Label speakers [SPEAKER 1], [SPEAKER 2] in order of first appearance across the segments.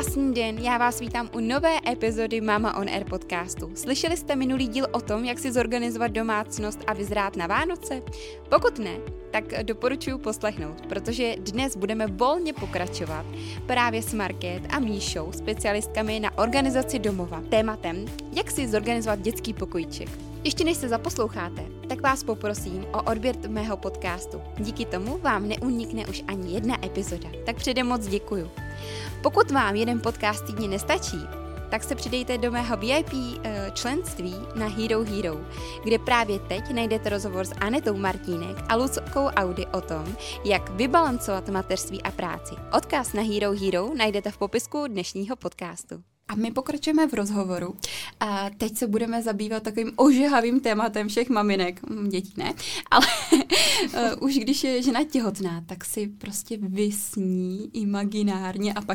[SPEAKER 1] Krásný den, já vás vítám u nové epizody Mama on Air podcastu. Slyšeli jste minulý díl o tom, jak si zorganizovat domácnost a vyzrát na Vánoce? Pokud ne, tak doporučuji poslechnout, protože dnes budeme volně pokračovat právě s Market a Míšou, specialistkami na organizaci domova, tématem, jak si zorganizovat dětský pokojíček. Ještě než se zaposloucháte, tak vás poprosím o odběr mého podcastu. Díky tomu vám neunikne už ani jedna epizoda, tak předem moc děkuju. Pokud vám jeden podcast týdně nestačí, tak se přidejte do mého VIP členství na Hero Hero, kde právě teď najdete rozhovor s Anetou Martínek a Luckou Audi o tom, jak vybalancovat mateřství a práci. Odkaz na Hero Hero najdete v popisku dnešního podcastu. A my pokračujeme v rozhovoru a teď se budeme zabývat takovým ožehavým tématem všech maminek, dětí ne, ale už když je žena těhotná, tak si prostě vysní imaginárně a pak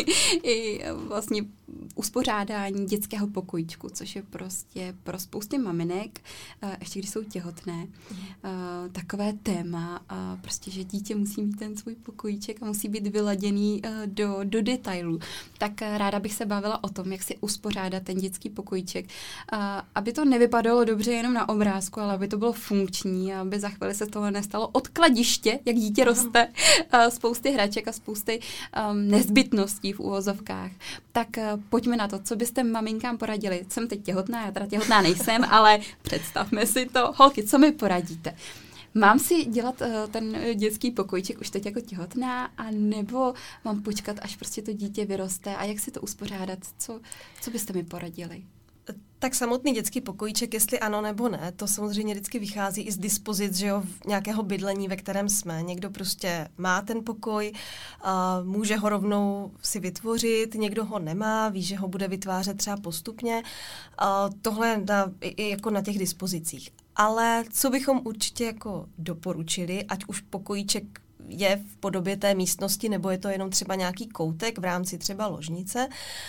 [SPEAKER 1] i vlastně uspořádání dětského pokojíčku, což je prostě pro spousty maminek, ještě když jsou těhotné, takové téma, prostě, že dítě musí mít ten svůj pokojíček a musí být vyladěný do detailů. Tak ráda bych se bavila o tom, jak si uspořádat ten dětský pokojíček, aby to nevypadalo dobře jenom na obrázku, ale aby to bylo funkční a aby za chvíli se z toho nestalo odkladiště, jak dítě roste, spousty hraček a spousty nezbytností v uvozovkách. Tak pojďme na to, co byste maminkám poradili. Jsem teď těhotná, já teda těhotná nejsem, ale představme si to. Holky, co mi poradíte? Mám si dělat ten dětský pokojíček už teď jako těhotná, a nebo mám počkat, až prostě to dítě vyroste a jak si to uspořádat? Co byste mi poradili?
[SPEAKER 2] Tak samotný dětský pokojíček, jestli ano nebo ne, to samozřejmě vždycky vychází i z dispozic, že jo, nějakého bydlení, ve kterém jsme. Někdo prostě má ten pokoj, může ho rovnou si vytvořit, někdo ho nemá, ví, že ho bude vytvářet třeba postupně. Tohle i jako na těch dispozicích. Ale co bychom určitě jako doporučili, ať už pokojíček je v podobě té místnosti, nebo je to jenom třeba nějaký koutek v rámci třeba ložnice,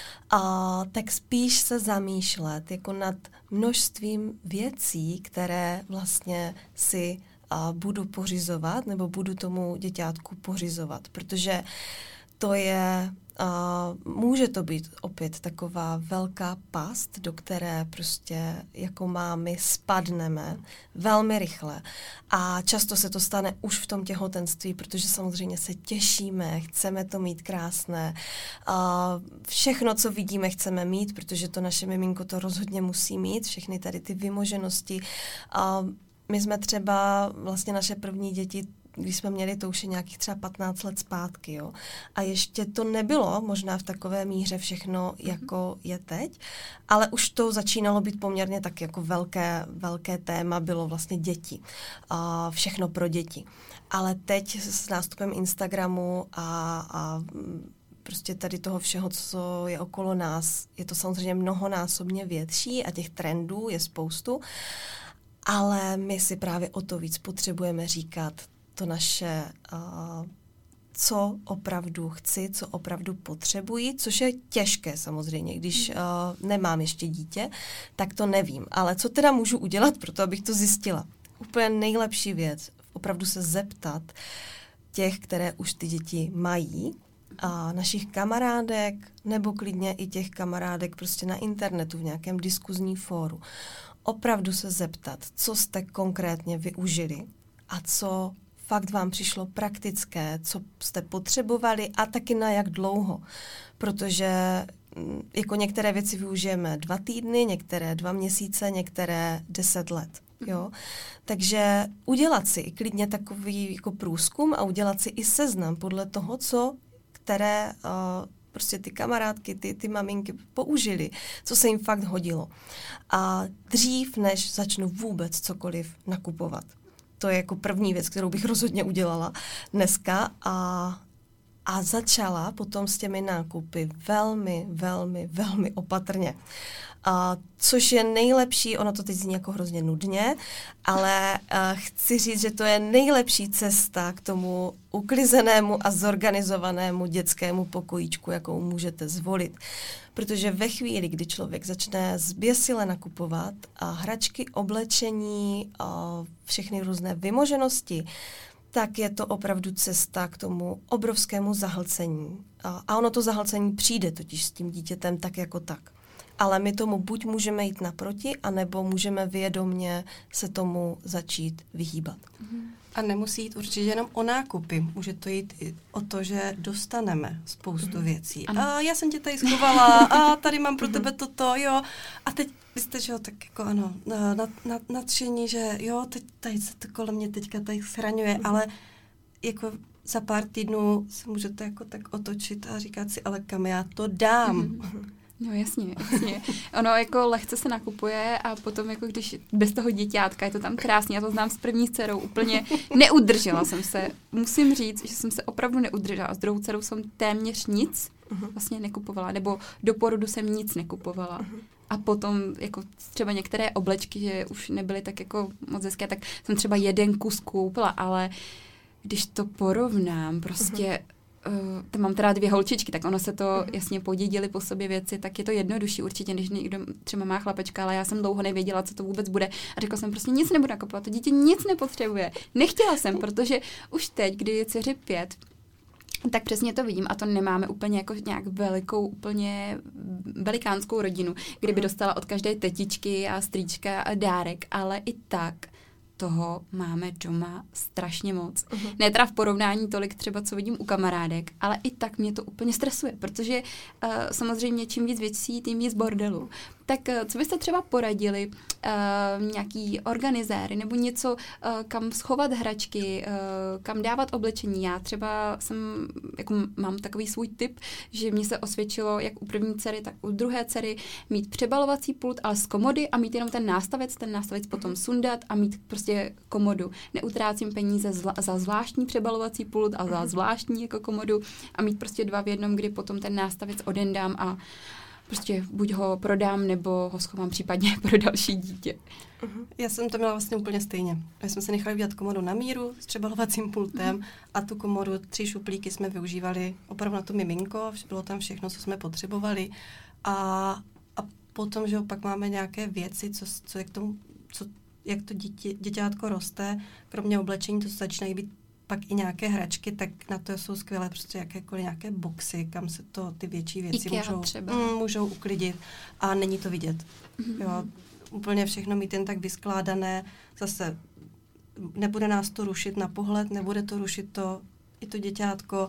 [SPEAKER 2] tak spíš se zamýšlet jako nad množstvím věcí, které vlastně si budu pořizovat, nebo budu tomu děťátku pořizovat, protože to je, může to být opět taková velká past, do které prostě jako mámy spadneme velmi rychle. A často se to stane už v tom těhotenství, protože samozřejmě se těšíme, chceme to mít krásné. Všechno, co vidíme, chceme mít, protože to naše miminko to rozhodně musí mít, všechny tady ty vymoženosti. My jsme třeba vlastně naše první děti, když jsme měli, to už je nějakých třeba 15 let zpátky, jo. A ještě to nebylo možná v takové míře všechno, jako je teď, ale už to začínalo být poměrně tak jako velké téma, bylo vlastně děti. Všechno pro děti. Ale teď s nástupem Instagramu a prostě tady toho všeho, co je okolo nás, je to samozřejmě mnohonásobně větší a těch trendů je spoustu, ale my si právě o to víc potřebujeme říkat to naše, co opravdu chci, co opravdu potřebuji, což je těžké samozřejmě, když nemám ještě dítě, tak to nevím. Ale co teda můžu udělat pro to, abych to zjistila? Úplně nejlepší věc, opravdu se zeptat těch, které už ty děti mají, našich kamarádek, nebo klidně i těch kamarádek prostě na internetu, v nějakém diskuzní fóru. Opravdu se zeptat, co jste konkrétně využili a co fakt vám přišlo praktické, co jste potřebovali a taky na jak dlouho. Protože jako některé věci využijeme 2 týdny, některé 2 měsíce, některé 10 let. Jo? Takže udělat si klidně takový jako průzkum a udělat si i seznam podle toho, které prostě ty kamarádky, ty maminky použili, co se jim fakt hodilo. A dřív, než začnu vůbec cokoliv nakupovat. To je jako první věc, kterou bych rozhodně udělala dneska a začala potom s těmi nákupy velmi, velmi, velmi opatrně. Což je nejlepší, ono to teď zní jako hrozně nudně, ale chci říct, že to je nejlepší cesta k tomu uklizenému a zorganizovanému dětskému pokojíčku, jakou můžete zvolit. Protože ve chvíli, kdy člověk začne zběsile nakupovat hračky, oblečení, všechny různé vymoženosti, tak je to opravdu cesta k tomu obrovskému zahlcení. A ono to zahlcení přijde totiž s tím dítětem tak jako tak. Ale my tomu buď můžeme jít naproti, anebo můžeme vědomně se tomu začít vyhýbat.
[SPEAKER 3] A nemusí jít určitě jenom o nákupy. Může to jít i o to, že dostaneme spoustu věcí. A já jsem tě tady schovala, a tady mám pro tebe toto, jo. A teď vy jste, že jo, tak jako ano, nadšení, že jo, teď tady se to kolem mě teďka tady schraňuje, ale jako za pár týdnů se můžete jako tak otočit a říkat si, ale kam já to dám?
[SPEAKER 1] No jasně. Ono jako lehce se nakupuje a potom jako když bez toho děťátka je to tam krásně, já to znám s první dcerou, úplně neudržela jsem se. Musím říct, že jsem se opravdu neudržela. S druhou dcerou jsem téměř nic vlastně nekupovala, nebo do porodu jsem nic nekupovala. A potom jako třeba některé oblečky, že už nebyly tak jako moc hezké, tak jsem třeba jeden kus koupila, ale když to porovnám, prostě tam mám teda 2 holčičky, tak ono se to jasně podědili po sobě věci, tak je to jednodušší určitě, když někdo třeba má chlapečka, ale já jsem dlouho nevěděla, co to vůbec bude a řekla jsem prostě nic nebudu nakupovat, to dítě nic nepotřebuje. Nechtěla jsem, protože už teď, kdy je dceři 5, tak přesně to vidím a to nemáme úplně jako nějak velikou, úplně velikánskou rodinu, kdyby dostala od každé tetičky a strýčka a dárek, ale i tak toho máme doma strašně moc. Ne teda v porovnání tolik třeba, co vidím u kamarádek, ale i tak mě to úplně stresuje, protože samozřejmě čím víc věcí, tím víc bordelu. Tak co byste třeba poradili nějaký organizéry nebo něco, kam schovat hračky, kam dávat oblečení? Já třeba jako mám takový svůj tip, že mně se osvědčilo jak u první dcery, tak u druhé dcery mít přebalovací pult, ale z komody a mít jenom ten nástavec potom sundat a mít prostě komodu. Neutrácím peníze za zvláštní přebalovací pult a za zvláštní jako komodu a mít prostě 2 v jednom, kdy potom ten nástavec odendám a prostě buď ho prodám, nebo ho schovám případně pro další dítě.
[SPEAKER 3] Já jsem to měla vlastně úplně stejně. My jsme se nechali udělat komodu na míru s přebalovacím pultem a tu komodu 3 šuplíky jsme využívali opravdu na to miminko, bylo tam všechno, co jsme potřebovali a potom, že pak máme nějaké věci, jak to děťátko roste, kromě oblečení to začínají být pak i nějaké hračky, tak na to jsou skvělé prostě jakékoliv nějaké boxy, kam se to ty větší věci můžou uklidit a není to vidět. Jo, úplně všechno mít jen tak vyskládané, zase nebude nás to rušit na pohled, nebude to rušit i to děťátko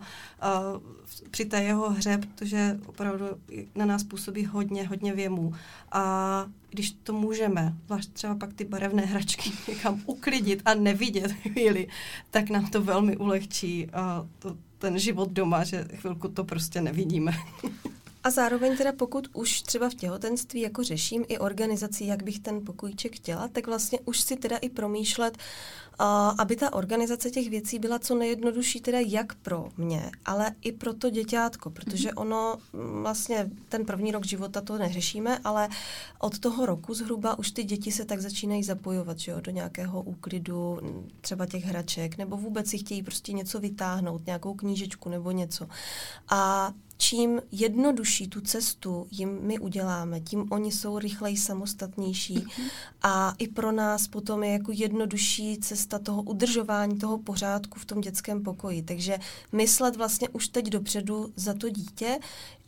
[SPEAKER 3] při té jeho hře, protože opravdu na nás působí hodně věmů. A když to můžeme, zvlášť třeba pak ty barevné hračky někam uklidit a nevidět chvíli, tak nám to velmi ulehčí ten život doma, že chvilku to prostě nevidíme.
[SPEAKER 2] A zároveň teda pokud už třeba v těhotenství jako řeším i organizaci, jak bych ten pokojíček chtěla, tak vlastně už si teda i promýšlet, aby ta organizace těch věcí byla co nejjednodušší teda jak pro mě, ale i pro to děťátko, protože ono vlastně ten první rok života to neřešíme, ale od toho roku zhruba už ty děti se tak začínají zapojovat, že jo, do nějakého úklidu třeba těch hraček, nebo vůbec si chtějí prostě něco vytáhnout, nějakou knížečku nebo něco. A čím jednodušší tu cestu jim my uděláme, tím oni jsou rychleji samostatnější a i pro nás potom je jako jednodušší cesta toho udržování toho pořádku v tom dětském pokoji. Takže myslet vlastně už teď dopředu za to dítě,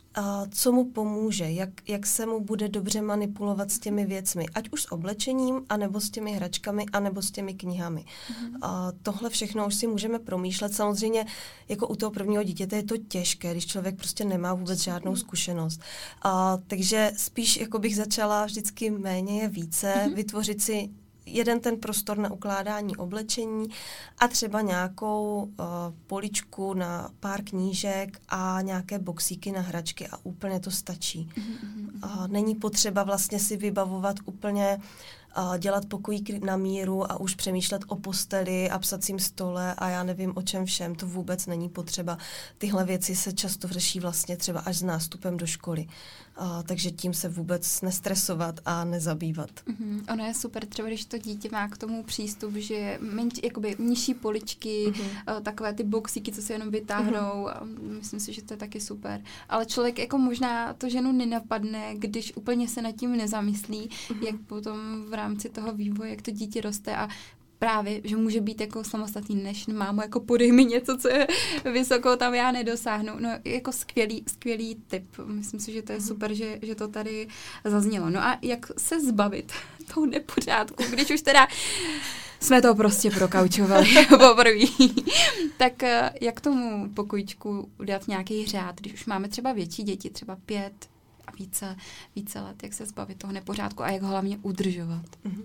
[SPEAKER 2] co mu pomůže, jak se mu bude dobře manipulovat s těmi věcmi, ať už s oblečením, anebo s těmi hračkami, anebo s těmi knihami. Tohle všechno už si můžeme promýšlet. Samozřejmě jako u toho prvního dítěte je to těžké, když člověk prostě nemá vůbec žádnou zkušenost. Takže spíš jako bych začala vždycky méně je více, vytvořit si jeden ten prostor na ukládání oblečení a třeba nějakou poličku na pár knížek a nějaké boxíky na hračky a úplně to stačí. Není potřeba vlastně si vybavovat úplně dělat pokojík na míru a už přemýšlet o posteli a psacím stole a já nevím o čem všem, to vůbec není potřeba. Tyhle věci se často řeší vlastně třeba až s nástupem do školy. Takže tím se vůbec nestresovat a nezabývat.
[SPEAKER 1] Ono je super, třeba když to dítě má k tomu přístup, že jakoby nižší poličky, takové ty boxíky, co se jenom vytáhnou, a myslím si, že to je taky super. Ale člověk jako možná to ženu nenapadne, když úplně se nad tím nezamyslí, jak potom v rámci toho vývoje, jak to dítě roste a právě, že může být jako samostatný, než mámo, jako podej mi něco, co je vysoko, tam já nedosáhnu. No jako skvělý tip. Myslím si, že to je super, že to tady zaznělo. No a jak se zbavit toho nepořádku, když už teda jsme to prostě prokaučovali poprvé. Tak jak tomu pokojíčku udělat nějaký řád, když už máme třeba větší děti, třeba 5 a více let, jak se zbavit toho nepořádku a jak ho hlavně udržovat?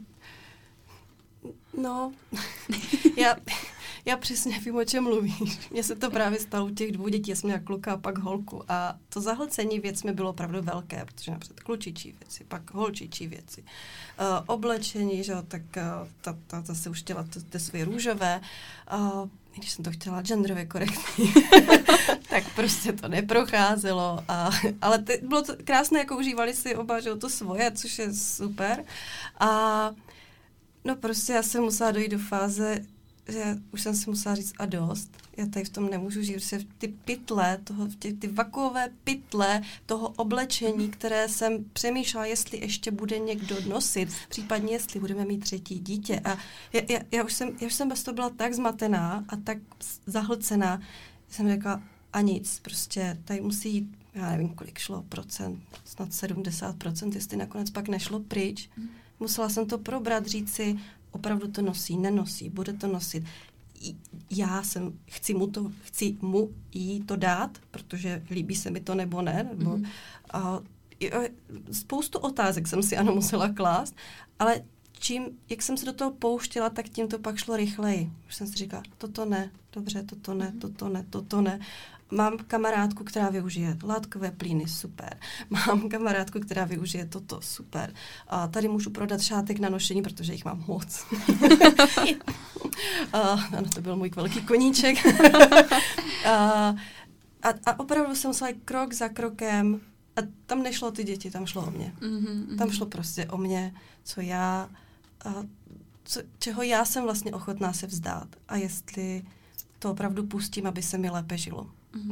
[SPEAKER 3] No, já přesně vím, o čem mluvíš. Mně se to právě stalo u těch 2 dětí, já jsem měla kluka a pak holku a to zahlcení věcmi bylo opravdu velké, protože například klučičí věci, pak holčičí věci. Oblečení, že tak ta zase už chtěla ty svoje růžové, i když jsem to chtěla genderově korektní, tak prostě to neprocházelo. Ale bylo to krásné, jako užívali si oba, že to svoje, což je super. No prostě já jsem musela dojít do fáze, že už jsem si musela říct a dost. Já tady v tom nemůžu žít, protože ty pytle, ty vakuové pytle toho oblečení, které jsem přemýšlela, jestli ještě bude někdo nosit, případně jestli budeme mít 3. dítě. A já už jsem bez toho byla tak zmatená a tak zahlcená, že jsem řekla a nic, prostě tady musí jít, já nevím, kolik šlo procent, snad 70%, jestli nakonec pak nešlo pryč. Musela jsem to probrat, říct si, opravdu to nosí, nenosí, bude to nosit. Chci mu jí to dát, protože líbí se mi to nebo ne. Nebo, spoustu otázek jsem si musela klást, ale jak jsem se do toho pouštěla, tak tím to pak šlo rychleji. Už jsem si říkala, toto ne, dobře, toto ne. Mám kamarádku, která využije látkové plíny, super. Mám kamarádku, která využije toto, super. A tady můžu prodat šátek na nošení, protože jich mám moc. Ano, to byl můj velký koníček. A opravdu jsem musela krok za krokem. A tam nešlo o ty děti, tam šlo o mě. Tam šlo prostě o mě, čeho já jsem vlastně ochotná se vzdát. A jestli to opravdu pustím, aby se mi lépe žilo.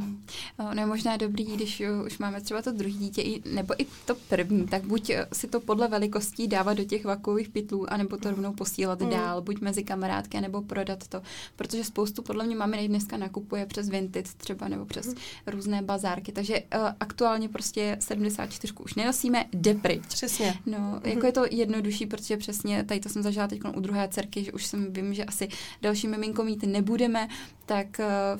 [SPEAKER 1] No je možná dobrý, když už máme třeba to druhé dítě, nebo i to první, tak buď si to podle velikostí dávat do těch vakuových pytlů, anebo to rovnou posílat dál, buď mezi kamarádky, nebo prodat to. Protože spoustu, podle mě, mami dneska nakupuje přes Vinted třeba, nebo přes různé bazárky, takže aktuálně prostě 74 už nenosíme, jde pryč.
[SPEAKER 3] Přesně.
[SPEAKER 1] No, jako je to jednodušší, protože přesně tady to jsem zažila teď u druhé dcerky, že už vím, že asi další miminko mít nebudeme, tak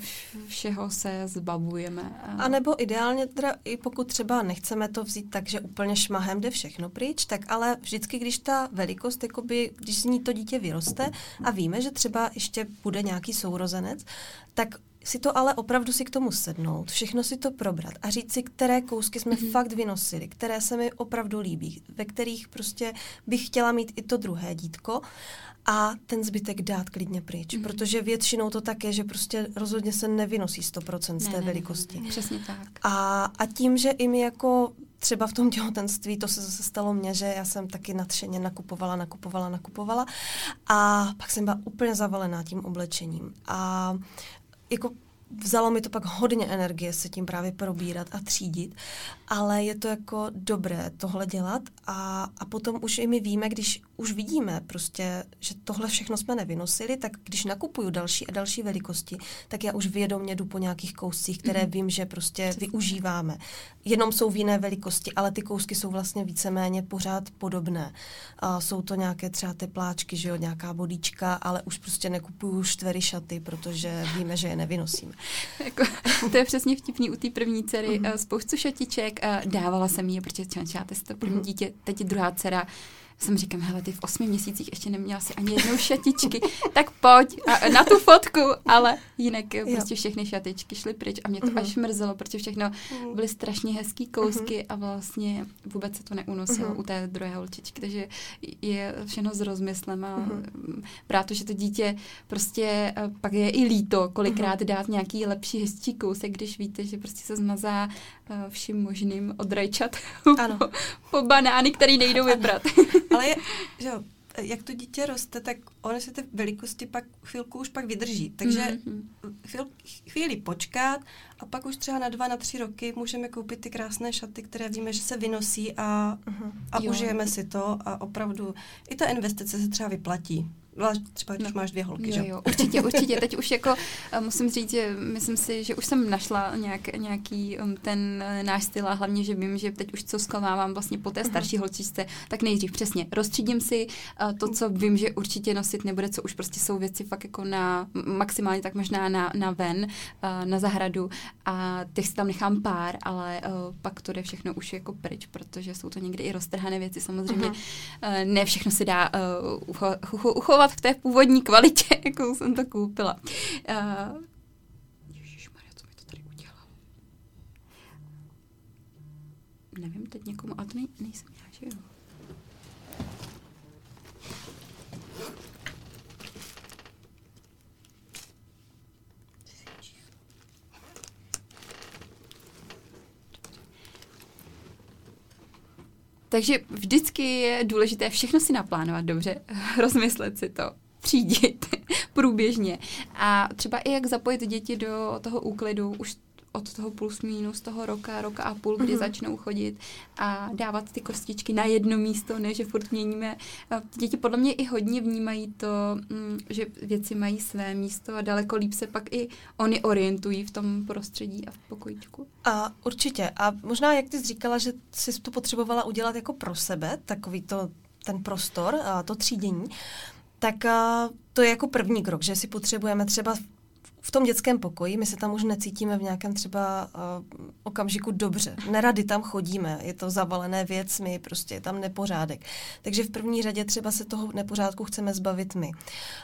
[SPEAKER 1] všeho se zbavujeme.
[SPEAKER 2] A nebo ideálně teda, i pokud třeba nechceme to vzít tak, že úplně šmahem jde všechno pryč, tak ale vždycky, když ta velikost, jakoby, když z ní to dítě vyroste a víme, že třeba ještě bude nějaký sourozenec, tak si to ale opravdu si k tomu sednout, všechno si to probrat a říct si, které kousky jsme fakt vynosili, které se mi opravdu líbí, ve kterých prostě bych chtěla mít i to druhé dítko a ten zbytek dát klidně pryč, protože většinou to tak je, že prostě rozhodně se nevynosí 100% z té velikosti.
[SPEAKER 1] Přesně tak.
[SPEAKER 2] A tím, že i mi jako třeba v tom těhotenství, to se zase stalo mně, že já jsem taky nadšeně nakupovala a pak jsem byla úplně zavalená tím oblečením. A jako vzalo mi to pak hodně energie se tím právě probírat a třídit, ale je to jako dobré tohle dělat a potom už i my víme, když už vidíme prostě, že tohle všechno jsme nevynosili, tak když nakupuju další a další velikosti, tak já už vědomě jdu po nějakých kouscích, které vím, že prostě využíváme. Jenom jsou v jiné velikosti, ale ty kousky jsou vlastně víceméně pořád podobné. A jsou to nějaké třeba tepláčky, že jo, nějaká bodíčka, ale už prostě nekupuju čtvery šaty, protože víme, že je nevynosíme.
[SPEAKER 1] Jako, to je přesně vtipný u té první dcery. Spoustu šatiček dávala jsem jí, protože čáte to první dítě, teď druhá dcera. Jsem říkám, hele, ty v 8 měsících ještě neměla si ani jednou šatičky, tak pojď na tu fotku, ale jinak prostě všechny šatičky šly pryč a mě to až mrzelo, protože všechno byly strašně hezký kousky a vlastně vůbec se to neunosilo u té druhé holčičky, takže je všechno s rozmyslem a právě to, že to dítě prostě pak je i líto kolikrát dát nějaký lepší, hezčí kousek, když víte, že prostě se zmazá vším možným od rajčat po banány, který nejdou vybrat.
[SPEAKER 3] Ale že jo, jak to dítě roste, tak ono se ty velikosti pak chvilku už pak vydrží. Takže chvíli počkat a pak už třeba na 2, na 3 roky můžeme koupit ty krásné šaty, které víme, že se vynosí a užijeme si to a opravdu i ta investice se třeba vyplatí. Třeba když máš 2 holky, že?
[SPEAKER 1] Jo, určitě. Teď už jako musím říct, že myslím si, že už jsem našla nějaký ten náš styl a hlavně, že vím, že teď už co zklamávám vlastně po té starší holčičce, tak nejdřív přesně rozstřídím si to, co vím, že určitě nosit nebude, co už prostě jsou věci fakt jako na maximálně tak možná na ven, na zahradu a těch si tam nechám pár, ale pak to jde všechno už jako pryč, protože jsou to někdy i roztrhané věci, samozřejmě ne všechno se dá uchovat v té původní kvalitě, jakou jsem to koupila. Ježišmarja, co mi to tady udělalo? Nevím teď někomu, ale to nejsem já, že jo? Takže vždycky je důležité všechno si naplánovat dobře, rozmyslet si to, třídit průběžně a třeba i jak zapojit děti do toho úklidu už od toho plus minus toho roka a půl, kdy začnou chodit a dávat ty kostičky na jedno místo, ne, že furt měníme. Děti podle mě i hodně vnímají to, že věci mají své místo a daleko líp se pak i oni orientují v tom prostředí a v pokojíčku. A
[SPEAKER 2] určitě. A možná, jak ty jsi říkala, že jsi to potřebovala udělat jako pro sebe, ten prostor, to třídění, tak to je jako první krok, že si potřebujeme třeba v tom dětském pokoji, my se tam už necítíme v nějakém třeba okamžiku dobře. Nerady tam chodíme, je to zavalené věcmi, prostě je tam nepořádek. Takže v první řadě třeba se toho nepořádku chceme zbavit my.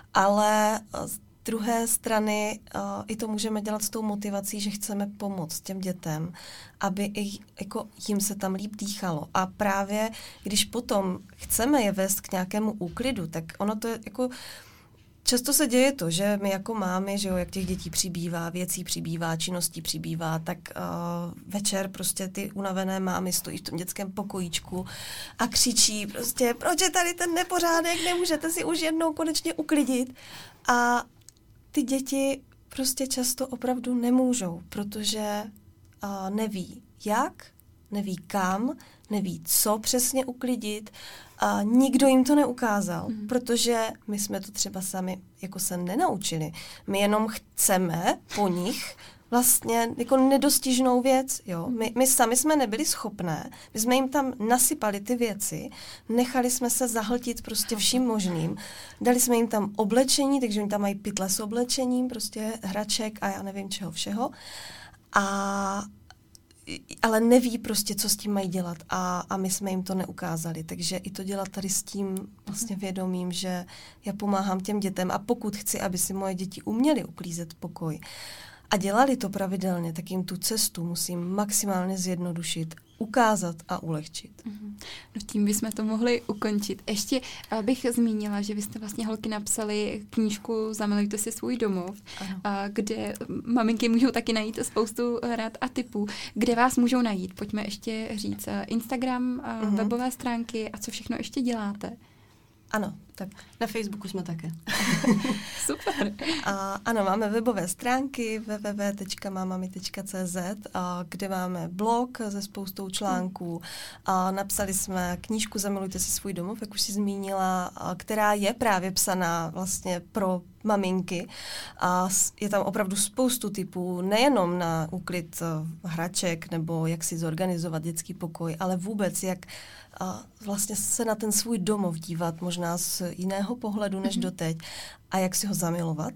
[SPEAKER 2] Ale z druhé strany i to můžeme dělat s tou motivací, že chceme pomoct těm dětem, aby jako jim se tam líp dýchalo. A právě když potom chceme je vést k nějakému úklidu, tak ono to je jako často se děje to, že my jako mámy, že jo, jak těch dětí přibývá, věcí přibývá, činností přibývá, tak večer prostě ty unavené mámy stojí v tom dětském pokojíčku a křičí prostě, proč je tady ten nepořádek, nemůžete si už jednou konečně uklidit. A ty děti prostě často opravdu nemůžou, protože neví jak, neví kam, neví co přesně uklidit a nikdo jim to neukázal, protože my jsme to třeba sami jako se nenaučili. My jenom chceme po nich vlastně jako nedostižnou věc. Jo? My sami jsme nebyli schopné, my jsme jim tam nasypali ty věci, nechali jsme se zahltit prostě vším možným, dali jsme jim tam oblečení, takže oni tam mají pytle s oblečením, prostě hraček a já nevím čeho všeho. Ale neví prostě, co s tím mají dělat a my jsme jim to neukázali. Takže i to dělat tady s tím vlastně vědomím, že já pomáhám těm dětem a pokud chci, aby si moje děti uměly uklízet pokoj a dělali to pravidelně, tak jim tu cestu musím maximálně zjednodušit, ukázat a ulehčit.
[SPEAKER 1] No tím bychom to mohli ukončit. Ještě bych zmínila, že vy jste vlastně holky napsali knížku Zamilujte si svůj domov, kde maminky můžou taky najít spoustu rad a tipů. Kde vás můžou najít? Pojďme ještě říct. Instagram, webové stránky a co všechno ještě děláte?
[SPEAKER 2] Ano, tak
[SPEAKER 3] na Facebooku jsme také.
[SPEAKER 1] Super.
[SPEAKER 2] Ano, máme webové stránky www.mamami.cz, kde máme blog se spoustou článků. Napsali jsme knížku Zamilujte si svůj domov, jak už jsi zmínila, která je právě psaná vlastně pro maminky. Je tam opravdu spoustu typů, nejenom na úklid hraček nebo jak si zorganizovat dětský pokoj, ale vůbec jak vlastně se na ten svůj domov dívat možná z jiného pohledu než doteď a jak si ho zamilovat.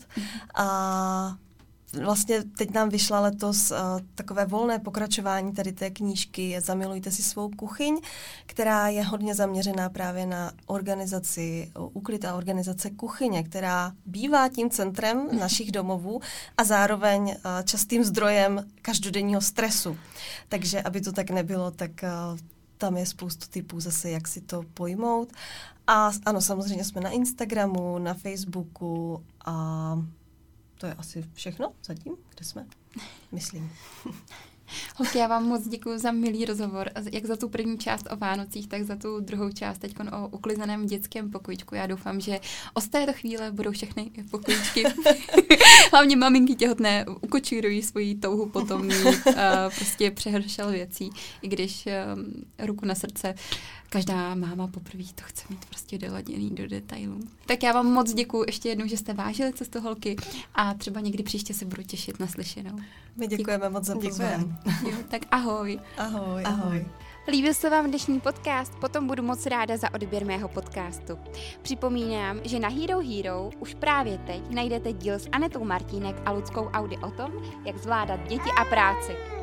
[SPEAKER 2] A vlastně teď nám vyšla letos takové volné pokračování tady té knížky je Zamilujte si svou kuchyň, která je hodně zaměřená právě na organizaci úklid a organizace kuchyně, která bývá tím centrem našich domovů a zároveň častým zdrojem každodenního stresu. Takže aby to tak nebylo, tak tam je spoustu typů zase, jak si to pojmout. A ano, samozřejmě jsme na Instagramu, na Facebooku a to je asi všechno zatím, kde jsme, myslím.
[SPEAKER 1] Holky, já vám moc děkuji za milý rozhovor, jak za tu první část o Vánocích, tak za tu druhou část teď o uklizeném dětském pokojíčku. Já doufám, že od této chvíle budou všechny pokojíčky, hlavně maminky těhotné, ukočírují svoji touhu potom mít prostě přehršel věcí, i když ruku na srdce každá máma poprvé to chce mít prostě doladěný do detailů. Tak já vám moc děkuju ještě jednou, že jste vážili cestoholky a třeba někdy příště se budu těšit na slyšenou.
[SPEAKER 2] My děkujeme moc za pozvání.
[SPEAKER 1] Tak ahoj.
[SPEAKER 2] Ahoj.
[SPEAKER 3] Ahoj.
[SPEAKER 1] Líbil se vám dnešní podcast? Potom budu moc ráda za odběr mého podcastu. Připomínám, že na Hero Hero už právě teď najdete díl s Anetou Martínek a Luckou Audi o tom, jak zvládat děti a práci.